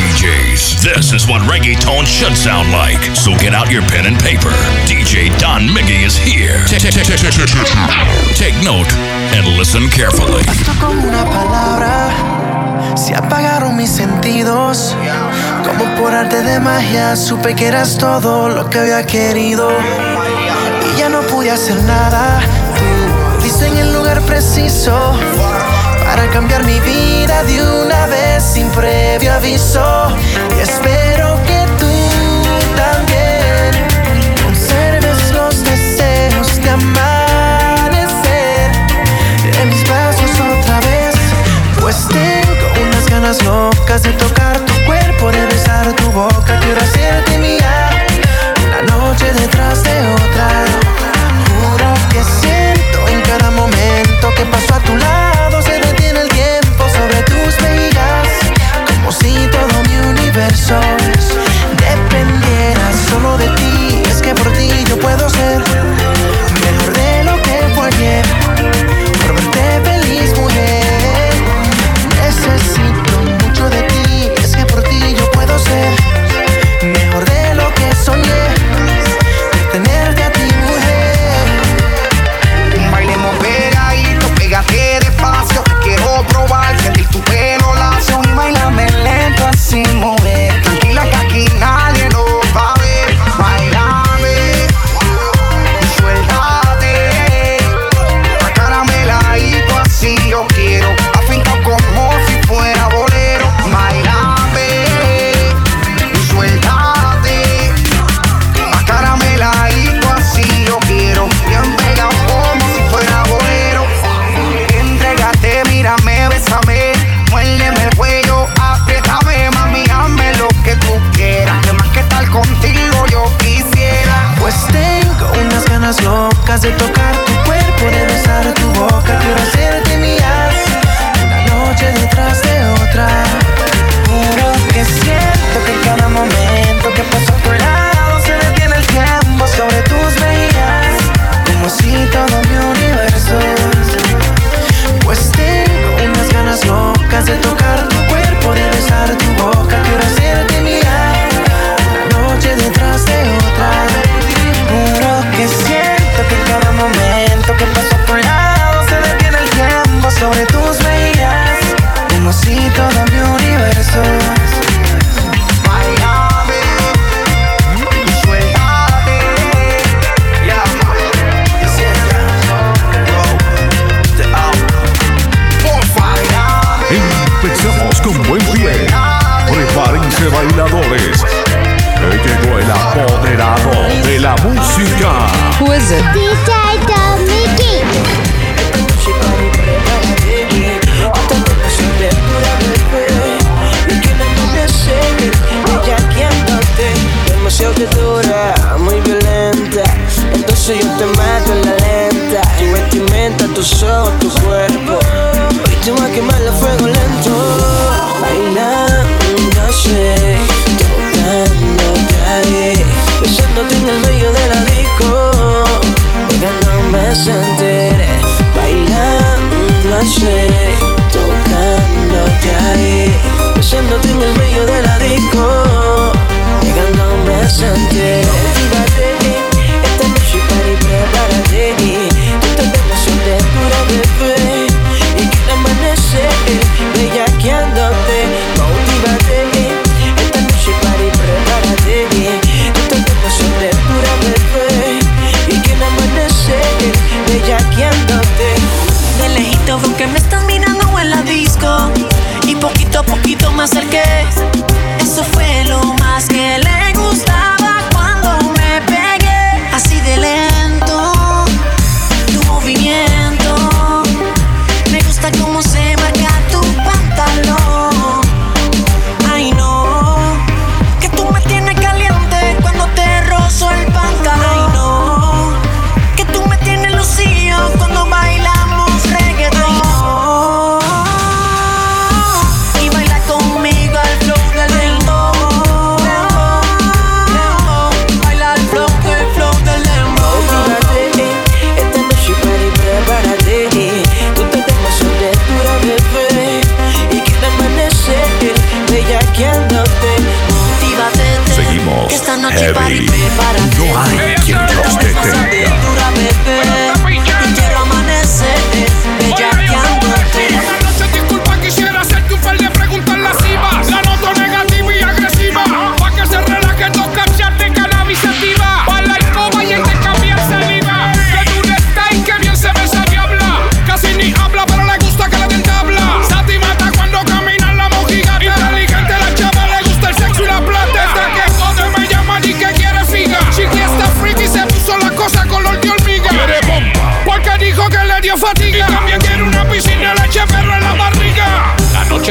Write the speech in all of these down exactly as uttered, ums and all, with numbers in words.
Js. This is what reggaeton should sound like. So get out your pen and paper. D J Don Miggy is here. Take note and listen carefully. Bastó con una palabra, se apagaron mis sentidos. Como por arte de magia supe que eras todo lo que había querido. Y ya no pude hacer nada. Tú diste en el lugar preciso para cambiar mi vida de una vez sin previo aviso. Y espero que tú también conserves los deseos de amanecer en mis brazos otra vez. Pues tengo unas ganas locas de tocar tu cuerpo, de besar tu boca. Quiero hacerte mía una noche detrás de otra. Juro que siento en cada momento que paso a tu lado se detiene el tiempo sobre tus mejillas, como si todo mi universo dependiera solo de ti. Es que por ti yo puedo ser mejor de lo que fue ayer, por verte feliz, mujer. Necesito mucho de ti. Es que por ti yo puedo ser mejor de lo que soñé, por tenerte a ti, mujer. Bailemos pegadito, pégate despacio. Quiero probar, sentir tu pelo lacio y bailarme lento así, mujer. Tranquila que aquí nadie nos va a ver. Bailame y suéltate, acarameladito así yo quiero, afincado como si fuera bolero. Bailame y suéltate, acarameladito así yo quiero, bien pegado como si fuera bolero. Entrégate, mírame, bésame, muérdeme el cuello, apriétame, mami, hazme lo que tú quieras, que más que estar contigo yo quisiera. Pues tengo unas ganas locas de tocar tu cuerpo, de besar tu boca. Quiero hacerte mía una noche detrás de otra. Juro que siento que cada momento que paso a tu lado se detiene el tiempo sobre tus mejillas, como si todo mi universo. Pues tengo unas ganas locas de tocar tu cuerpo, de besar tu boca. Quiero hacerte mía una noche detrás de otra. Juro que siento que cada momento que paso a tu lado se detiene el tiempo sobre tus mejillas, como si todo mi universo. Bailame y suéltate, yeah. Te amo. Porfa, bailame. Empezamos con buen pie. Prepárense, bailadores. Que llegó el apoderado de la música. Who is it? D J Don Miggy. Demasiado te dura, muy violenta. Entonces yo te mato en la lenta. Tu vestimenta, tus ojos, tu cuerpo. Hoy te voy a quemar a fuego lento. Bailando así, tocándote ahí, besándote en el medio de la disco. Dejándome sentir. Bailando así, tocándote ahí, besándote en el medio de la disco. Dejándome sentir. Motívate, esta noche para y prepárate. Tú te demasiado pura, bebé, y que el amanecer bellaqueándote. Motívate, esta noche para y prepárate. Tú te demasiado pura, bebé, y que el amanecer bellaqueándote. De lejito veo que me estás mirando en la disco, y poquito a poquito me acerqué. Eso fue lo más que le gustaba cuando me pegué. Así de lento, tu movimiento. Me gusta cómo se marca tu pantalón. Ay no, que tú me tienes caliente cuando te rozo el pantalón. Ay no, que tú me tienes lucido cuando bailamos reggaetón. Ay, no, y baila conmigo al flow del dembow.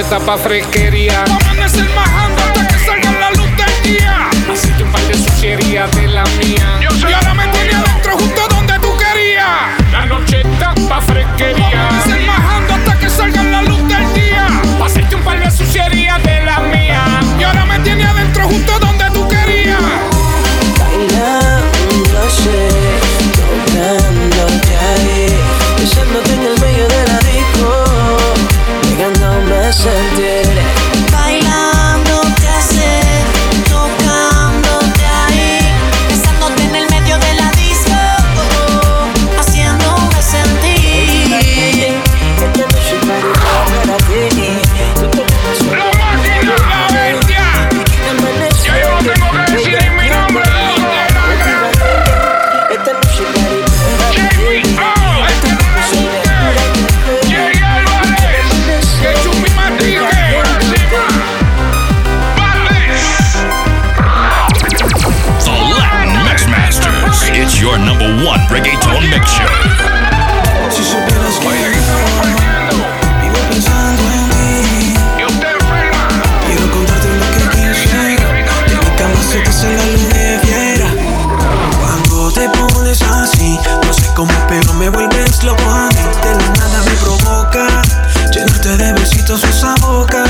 está pa' fresquería. Vamos a amanecer majando hasta que salga la luz del día. Hacerte un par de sucierías de la mía. Yo soy y ahora me tiene adentro justo donde tú querías. La noche está pa' fresquería. Vamos a amanecer majando hasta que salga la luz del día. Hacerte un par de sucierías de la mía. Y ahora me tiene adentro justo donde tú querías. Bailando sé, tocándote ahí, besándote en el medio de la disco, llegándome a sentir. Bailándote así, tocándote ahí, besándote en el medio de la disco, haciéndome sentir. Esta noche para ti, tú te llamas La máquina, la bestia. Ya yo no tengo que decir en mi nombre. esta noche para It's your number one reggaeton mix show. Si supieras que vivo pensando en ti, quiero contarte lo que quisiera. De mi cama se te sale la luz de fiera. Cuando te pones así, no sé cómo, pero me vuelves loco a mí. De la nada me provoca llenarte de besitos esa boca.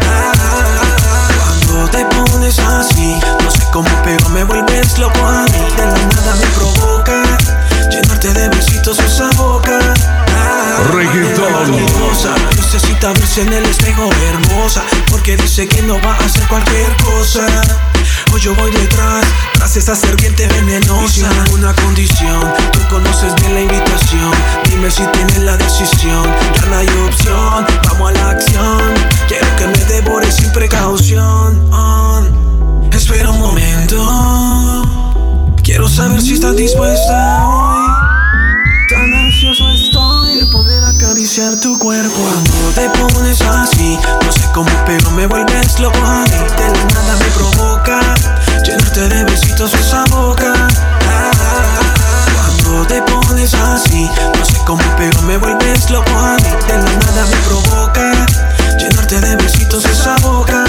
Cuando te pones así, no sé cómo, pero me vuelves loco a mí. De la nada me provoca llenarte de besitos esa boca. Reggaeton. Necesita verse en el espejo hermosa, porque dice que no va a hacer cualquier cosa. Hoy yo voy detrás, tras esa serpiente venenosa. Una condición, tú conoces bien la invitación. Dime si tienes la decisión, ya no hay opción. Vamos a la acción, quiero que me devores sin precaución. Oh, espera un momento, quiero saber si estás dispuesta hoy. Tan ansioso estoy de poder acariciar tu cuerpo. Cuando te pones así, no sé cómo, pero me vuelves loco a mí. De la nada me provoca llenarte de besitos esa boca. Cuando te pones así, no sé cómo, pero me vuelves loco a mí. De la nada me provoca llenarte de besitos esa boca.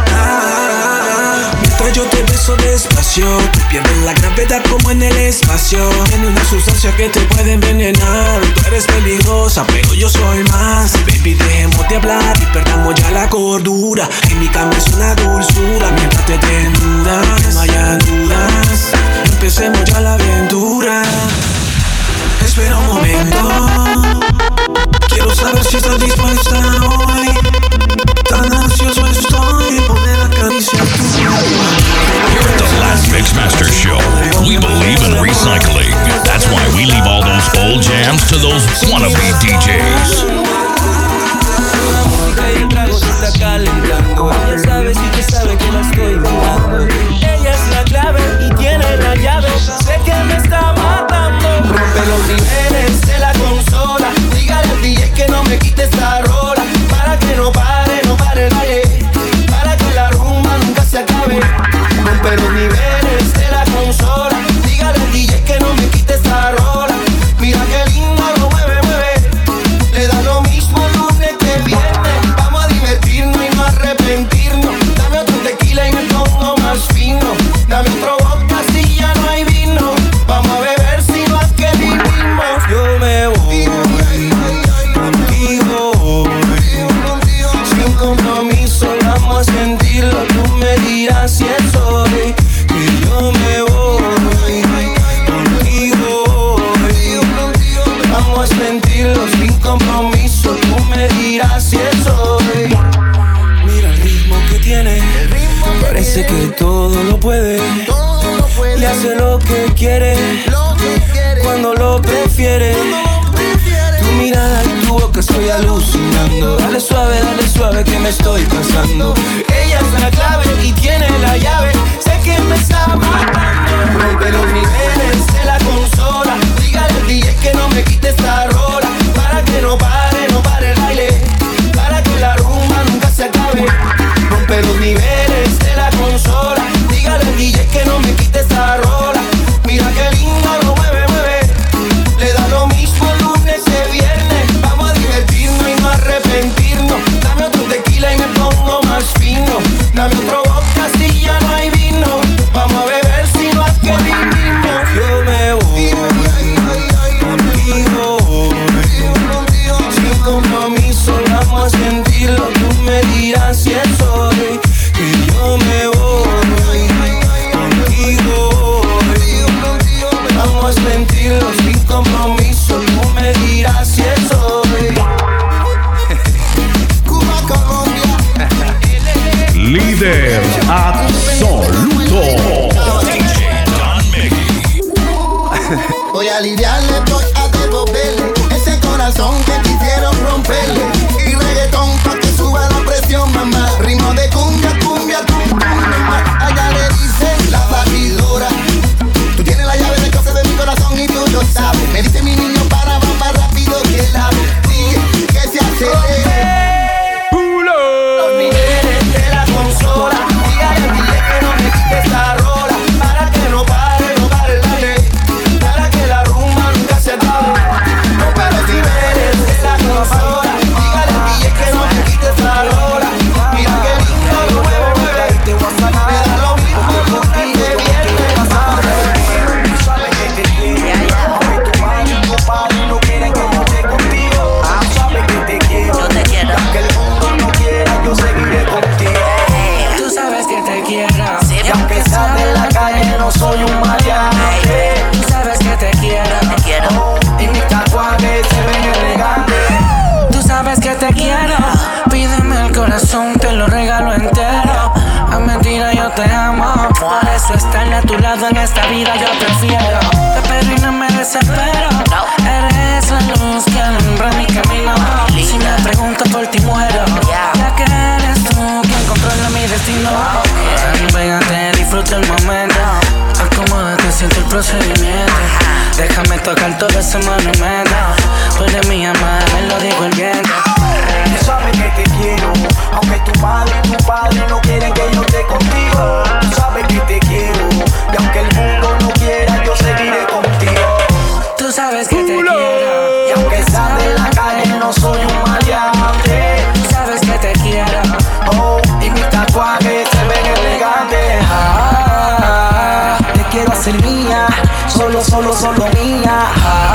Mientras yo te beso despacio, tú pierdes la gravedad como en el espacio. Tiene una sustancia que te puede envenenar. Tú eres peligrosa, pero yo soy más. Baby, dejemos de hablar y perdamos ya la cordura. En mi cama es una dulzura. Mientras te desnudas, no haya dudas. Empecemos ya la aventura. Espera un momento, quiero saber si estás dispuesta hoy. Tan ansioso estoy de poder acariciar tu cuerpo. Here at the Last Mixmaster Show, we believe in recycling. That's why we leave all those old jams to those wannabe D Js. la música y el trago se está calentando. Ella sabe si te sabe que la estoy mirando. Ella es la clave y tiene la llave. Sé que me está matando. Rompe los niveles de la consola. Dígale al D J que no me quite esta rola. Para que no pare, no pare el baile. Para que la rumba nunca se acabe. Rompe los niveles de la consola. Dígale al D J que no me quite esta rola. Mira que lindo lo mueve, mueve. Le da lo mismo lunes que viernes. Vamos a divertirnos y no arrepentirnos. Dame otro tequila y me pongo más fino. Dame otro vodka si ya no hay vino. Vamos a beber si no es que vivimos. Yo me voy contigo hoy. Sin compromiso vamos a sentirlo. Tú me dirás si es hoy. Que yo me voy contigo hoy. Vamos a sentirlo sin compromiso. Tú me dirás si es hoy. Mira el ritmo que tiene. Parece que todo lo puede. Y hace lo que quiere. Cuando lo prefiere. Tu mirada y tu boca estoy alucinando. Dale suave, dale suave que me estoy pasando. Ella es la clave y tiene la llave. Sé que me está matando. Rompe los niveles de la consola. Dígale al D J que no me quite esta rola. Para que no pare, no pare el baile. Para que la rumba nunca se acabe. Rompe los niveles de la consola. Dígale al D J que no me quite esta rola. Mira que lindo lo mueve, mueve. Le da lo mismo lunes que viernes. Vamos a divertirnos y no arrepentirnos. Dame otro tequila y me es hoy que yo me voy contigo hoy. Vamos a mentirnos sin compromiso, tú me dirás si es hoy. Cuba, Colombia. Líder absoluto. Voy a aliviarle, voy a devolverle ese corazón que quisieron romperle. Y reggaetón pa' que suba la presión, mamá. Ritmo de cumbia, cumbia, cumbia. Allá le dicen la batidora. Tú tienes la llave del cofre de mi corazón y tú lo sabes. Me dice mi niño para, va más rápido que el ave. Sigue, que se acelere. Los niveles de la consola. Dígale a ti que no me quites la rola. Para que no pare, no pare la ley. Para que la rumba nunca se acabe. No pares los niveles de la consola. Dígale a ti que no me quites la rola. Mira que lindo lo muevo, mueve y te voy a sacar. Me da lo mismo porque te viene pasando. Tú sabes que te quiero. Aunque tu madre y tu padre no quieren que yo esté contigo. Tú sabes que te quiero. Yo te quiero. Aunque el mundo no quiera, yo seguiré contigo. Tú sabes que te quiero. Y aunque estás en la calle, no soy un maleante. Tú sabes que te quiero. Te quiero. Y mis tatuajes se ven elegantes. Tú sabes que te quiero. Pídeme el corazón, te lo regalo entero. A mentira yo te amo. Por eso estar a tu lado en esta vida yo prefiero. Te espero y no me desespero. Eres la luz que alumbra mi camino. Si me pregunto por ti muero. Ya que eres tú quien controla mi destino. Pégate, disfruta el momento. Acomódate, siente el procedimiento. Déjame tocar todo ese monumento. Tú eres mi amada, me lo dijo el viento. Tú sabes que te quiero. Aunque tu madre y tu padre no quieren que yo esté contigo. Tú sabes que te quiero. Y aunque el mundo no quiera, yo seguiré contigo. Tú sabes que te quiero. Y aunque estás en la calle, no soy un maleante. Tú sabes que te quiero. Oh, y mis tatuajes se ven elegantes. Ah, te quiero hacer mía. Solo, solo, solo mía.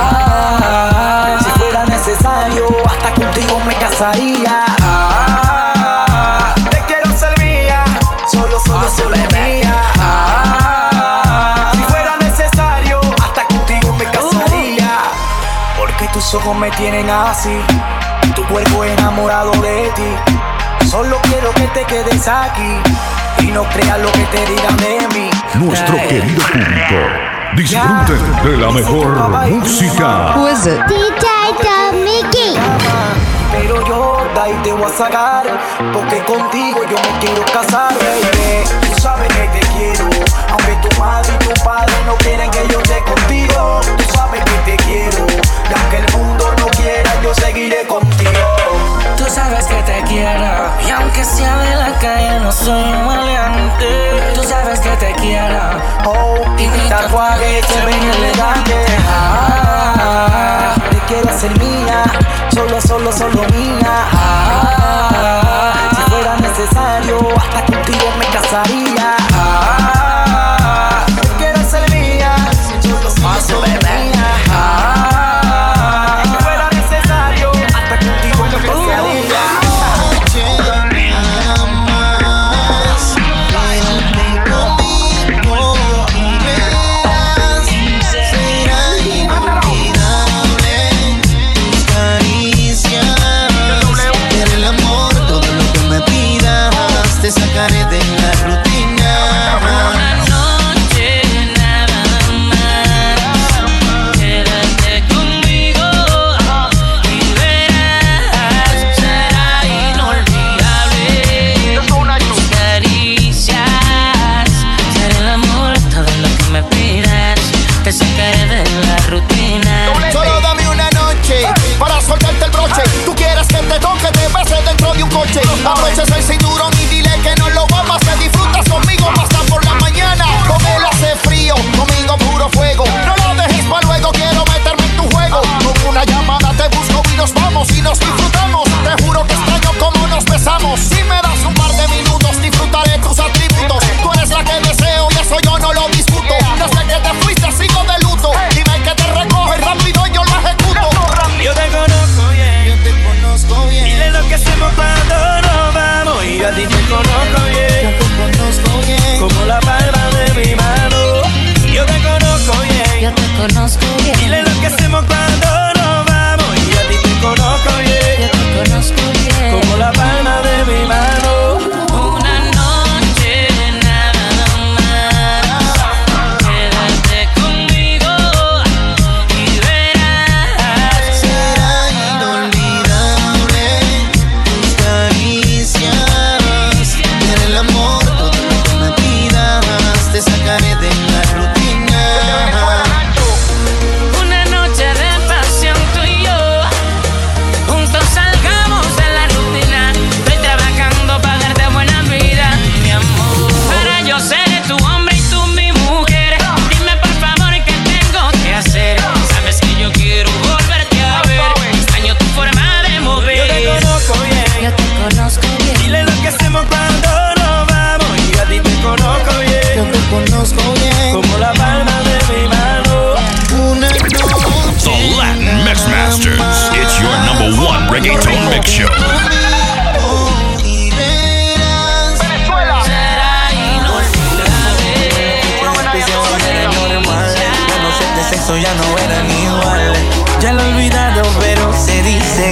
Ah, si fuera necesario, hasta contigo me casaría. Ah, te quiero hacer mía. Solo, solo, solo mía. Ah, si fuera necesario, hasta contigo me casaría. Porque tus ojos me tienen así. Tu cuerpo enamorado de ti. Solo quiero que te quedes aquí y no creas lo que te digan de mí. Nuestro querido público, disfruten de la mejor música. D J Don Mickey. Pero yo de ahí te voy a sacar, porque contigo yo me quiero casar, baby. Tú sabes que te quiero, aunque tu madre y tu padre no quieren que yo esté contigo. Tú sabes que te quiero, y aunque el mundo no quiera, yo seguiré contigo. Tú sabes que te quiero. Y aunque sea de la calle, no soy un maleante. Tú sabes que te quiero. Oh, y mis tatuajes se ven elegantes. Ah, te quiero hacer mía. Solo, solo, solo mía. Ah, si fuera necesario, hasta contigo me casaría. Ah, te quiero hacer mía. Solo, solo, solo mía. Ah, si fuera necesario, hasta contigo me casaría. Te sacaré de la rutina. Una noche nada más. Quédate conmigo y verás, será inolvidable. Tus caricias, será el amor, todo lo que me pidas. Te sacaré de la rutina. Solo dame una noche para soltarte el broche. Tú quieres que te toque, te bese dentro de un coche. Abroches el cinturón y dile que no lo va a pasar. te conozco bien, yo te conozco bien, como la palma de mi mano. Yo te conozco bien, yo te conozco bien. Dile lo que hacemos cuando nos vamos. Y a ti te conozco bien, yo te conozco bien, como la palma de mi mano. Una noche nada más, quédate conmigo y verás. será inolvidable tus caricias. En el amor todo lo que me pidas, te sacaré de la rutina. Una noche de pasión tú y yo, juntos salgamos de la rutina. Estoy trabajando para darte buena vida, mi amor. Para yo ser tu hombre y tú mi mujer. Dime por favor qué tengo que hacer. Sabes que yo quiero volverte a ver. Extraño tu forma de mover. Yo te conozco bien, yo te conozco bien. Dile lo que hacemos cuando nos vamos. Y a ti te conozco Yo bien, te conozco bien, como la palma de mi mano. una noche. The Latin Mix Masters. It's your number one reggaeton mix show. Y verás, Será inolvidable. Era normal, ya no sé de sexo, ya no eran iguales. Ya lo he olvidado, pero se dice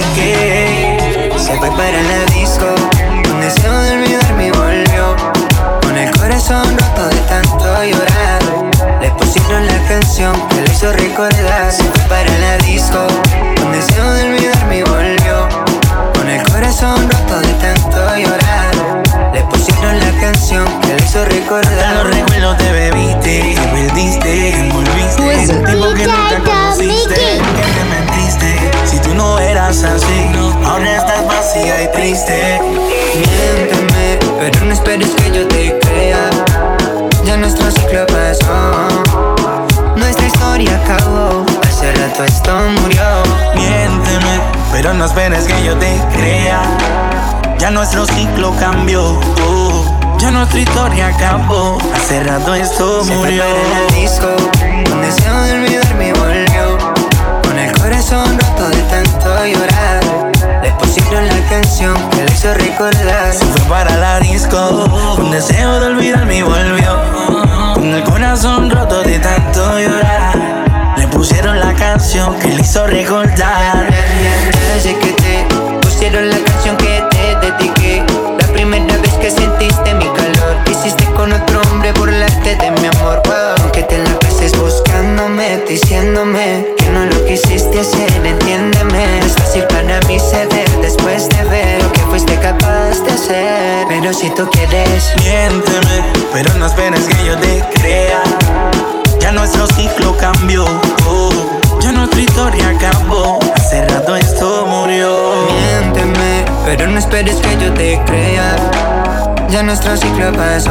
que Se fue para la disco, un deseo de olvidarme y volvió. Con el corazón roto de tanto llorar, le pusieron la canción que le hizo recordar. Se fue para la disco, un deseo de olvidarme y volvió. Con el corazón roto de tanto llorar, le pusieron la canción que le hizo hasta recordar. los recuerdos te bebiste, te perdiste, envolviste. Un tipo que nunca conociste, que te mentiste. Si tú no eras así, ahora estás vacía y triste. Miénteme, pero no esperes que yo te crea. Ya nuestro ciclo pasó, nuestra historia acabó. Hace rato esto murió. Miénteme, pero no esperes que yo te crea. Ya nuestro ciclo cambió, oh, ya nuestra historia acabó. Hace rato esto Se fue murió. para el disco, un deseo de olvidarme volvió. Con el corazón roto de tanto llorar, le pusieron la canción que le hizo recordar. Se fue para la disco, un deseo de olvidarme y volvió. Con el corazón roto de tanto llorar, le pusieron la canción que le hizo recordar. Desde que te pusieron la canción que te dediqué, la primera vez que sentiste mi calor, hiciste con otro hombre burlarte de mi amor. Wow. Aunque te la pases buscándome, diciéndome que no lo quisiste hacer, entiéndeme. No es fácil para mí ceder después de ver lo que fuiste capaz de hacer. Pero si tú quieres, Miénteme, pero no esperes que yo te crea. Ya nuestro ciclo cambió, oh, ya nuestra historia acabó. Hace rato esto murió. miénteme, pero no esperes que yo te crea. Ya nuestro ciclo pasó,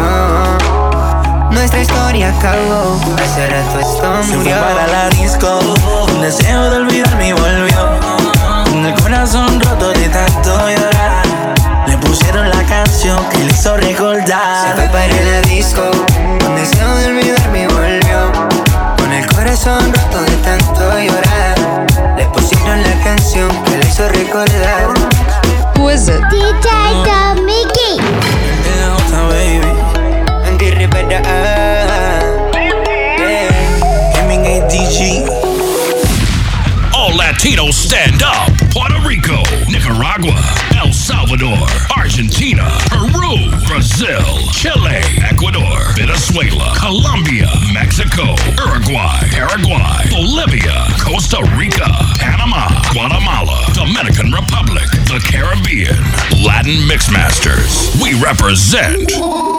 nuestra historia acabó. Hace rato esto Se fue murió. para la disco, un deseo de olvidarme y volvió. Con el corazón roto de tanto llorar, le pusieron la canción que le hizo Se recordar. fue para la disco, un deseo de olvidarme y volvió. Con el corazón roto de tanto llorar, le pusieron la canción que le hizo recordar. Who is it? D J Don Mickey. Delta, baby. Andy Rivera, yeah. Hemingway D G. All Latinos stand up. Puerto Rico, Nicaragua, El Salvador, Argentina, Peru, Brazil, Chile, Ecuador, Venezuela, Colombia, Mexico, Uruguay, Paraguay, Bolivia, Costa Rica, Panama, Guatemala, Dominican Republic, the Caribbean. Latin Mix Masters. We represent